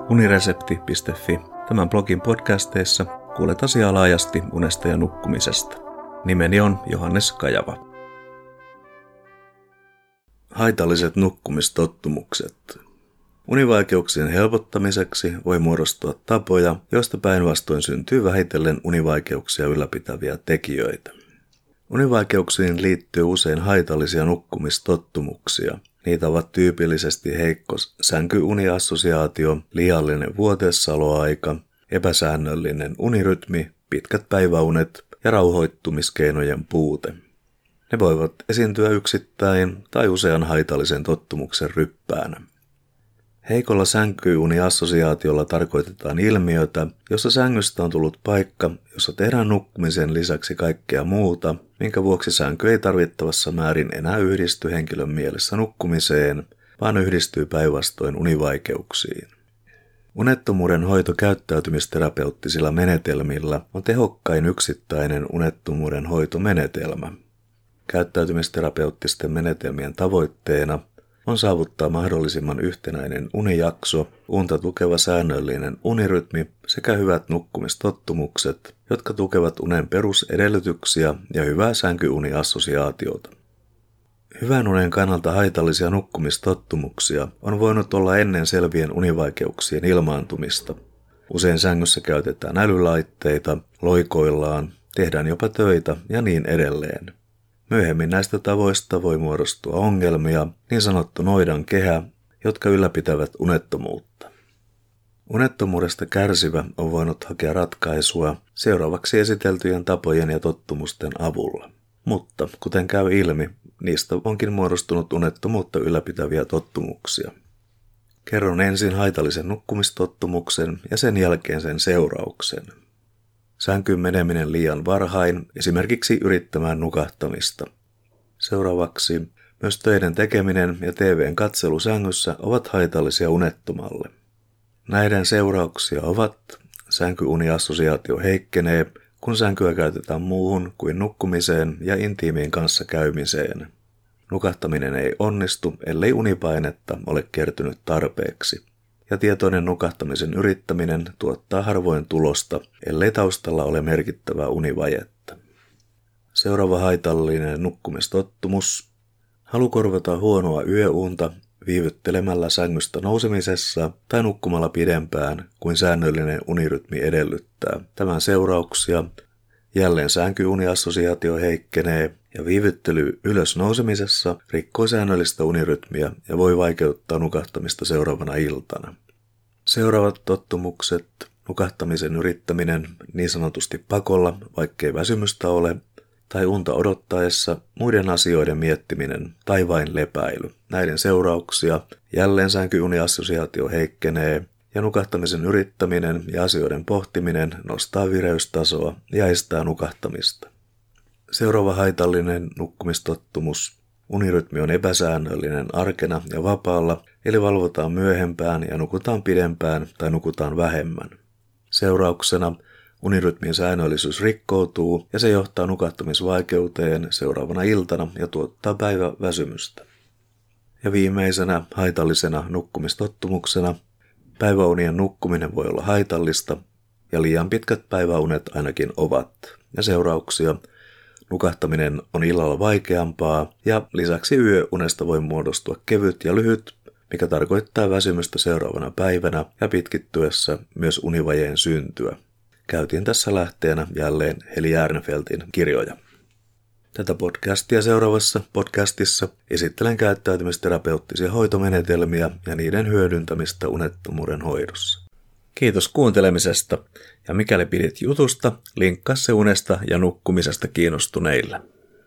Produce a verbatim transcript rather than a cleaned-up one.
uniresepti piste fi. Tämän blogin podcasteissa kuulet asiaa laajasti unesta ja nukkumisesta. Nimeni on Johannes Kajava. Haitalliset nukkumistottumukset. Univaikeuksien helpottamiseksi voi muodostua tapoja, joista päinvastoin syntyy vähitellen univaikeuksia ylläpitäviä tekijöitä. Univaikeuksiin liittyy usein haitallisia nukkumistottumuksia. Niitä ovat tyypillisesti heikko sänkyuniassosiaatio, liiallinen vuoteessaoloaika, epäsäännöllinen unirytmi, pitkät päiväunet ja rauhoittumiskeinojen puute. Ne voivat esiintyä yksittäin tai usean haitallisen tottumuksen ryppäänä. Heikolla sänkyuniassosiaatiolla tarkoitetaan ilmiötä, jossa sängystä on tullut paikka, jossa tehdään nukkumisen lisäksi kaikkea muuta, minkä vuoksi sänky ei tarvittavassa määrin enää yhdisty henkilön mielessä nukkumiseen, vaan yhdistyy päinvastoin univaikeuksiin. Unettomuuden hoito käyttäytymisterapeuttisilla menetelmillä on tehokkain yksittäinen unettomuuden hoitomenetelmä. Käyttäytymisterapeuttisten menetelmien tavoitteena on saavuttaa mahdollisimman yhtenäinen unijakso, unta tukeva säännöllinen unirytmi sekä hyvät nukkumistottumukset, jotka tukevat unen perusedellytyksiä ja hyvää sänkyuniassosiaatiota. Hyvän unen kannalta haitallisia nukkumistottumuksia on voinut olla ennen selvien univaikeuksien ilmaantumista. Usein sängyssä käytetään älylaitteita, loikoillaan, tehdään jopa töitä ja niin edelleen. Myöhemmin näistä tavoista voi muodostua ongelmia, niin sanottu noidan kehä, jotka ylläpitävät unettomuutta. Unettomuudesta kärsivä on voinut hakea ratkaisua seuraavaksi esiteltyjen tapojen ja tottumusten avulla. Mutta, kuten käy ilmi, niistä onkin muodostunut unettomuutta ylläpitäviä tottumuksia. Kerron ensin haitallisen nukkumistottumuksen ja sen jälkeen sen seurauksen. Sänkyyn meneminen liian varhain, esimerkiksi yrittämään nukahtamista. Seuraavaksi myös töiden tekeminen ja T V:n katselu sängyssä ovat haitallisia unettomalle. Näiden seurauksia ovat sänkyuniassosiaatio heikkenee, kun sänkyä käytetään muuhun kuin nukkumiseen ja intiimiin kanssa käymiseen. Nukahtaminen ei onnistu, ellei unipainetta ole kertynyt tarpeeksi. Ja tietoinen nukahtamisen yrittäminen tuottaa harvoin tulosta, ellei taustalla ole merkittävää univajetta. Seuraava haitallinen nukkumistottumus. Halu korvata huonoa yöunta viivyttelemällä sängystä nousemisessa tai nukkumalla pidempään kuin säännöllinen unirytmi edellyttää. Tämän seurauksia jälleen sänkyuniassosiaatio heikkenee ja viivyttely ylös nousemisessa rikkoo säännöllistä unirytmiä ja voi vaikeuttaa nukahtamista seuraavana iltana. Seuraavat tottumukset, nukahtamisen yrittäminen niin sanotusti pakolla, vaikkei väsymystä ole, tai unta odottaessa muiden asioiden miettiminen tai vain lepäily. Näiden seurauksia jälleen sänkyuniassosiaatio heikkenee ja nukahtamisen yrittäminen ja asioiden pohtiminen nostaa vireystasoa ja estää nukahtamista. Seuraava haitallinen nukkumistottumus. Unirytmi on epäsäännöllinen arkena ja vapaalla, eli valvotaan myöhempään ja nukutaan pidempään tai nukutaan vähemmän. Seurauksena unirytmin säännöllisyys rikkoutuu ja se johtaa nukahtamisvaikeuteen seuraavana iltana ja tuottaa päiväväsymystä. Ja viimeisenä haitallisena nukkumistottumuksena päiväunien nukkuminen voi olla haitallista ja liian pitkät päiväunet ainakin ovat. Ja seurauksia nukahtaminen on illalla vaikeampaa ja lisäksi yöunesta voi muodostua kevyt ja lyhyt, mikä tarkoittaa väsymystä seuraavana päivänä ja pitkittyessä myös univajeen syntyä. Käytin tässä lähteenä jälleen Heli Järnfeltin kirjoja. Tätä podcastia seuraavassa podcastissa esittelen käyttäytymisterapeuttisia hoitomenetelmiä ja niiden hyödyntämistä unettomuuden hoidossa. Kiitos kuuntelemisesta ja mikäli pidit jutusta, linkkaa se unesta ja nukkumisesta kiinnostuneille.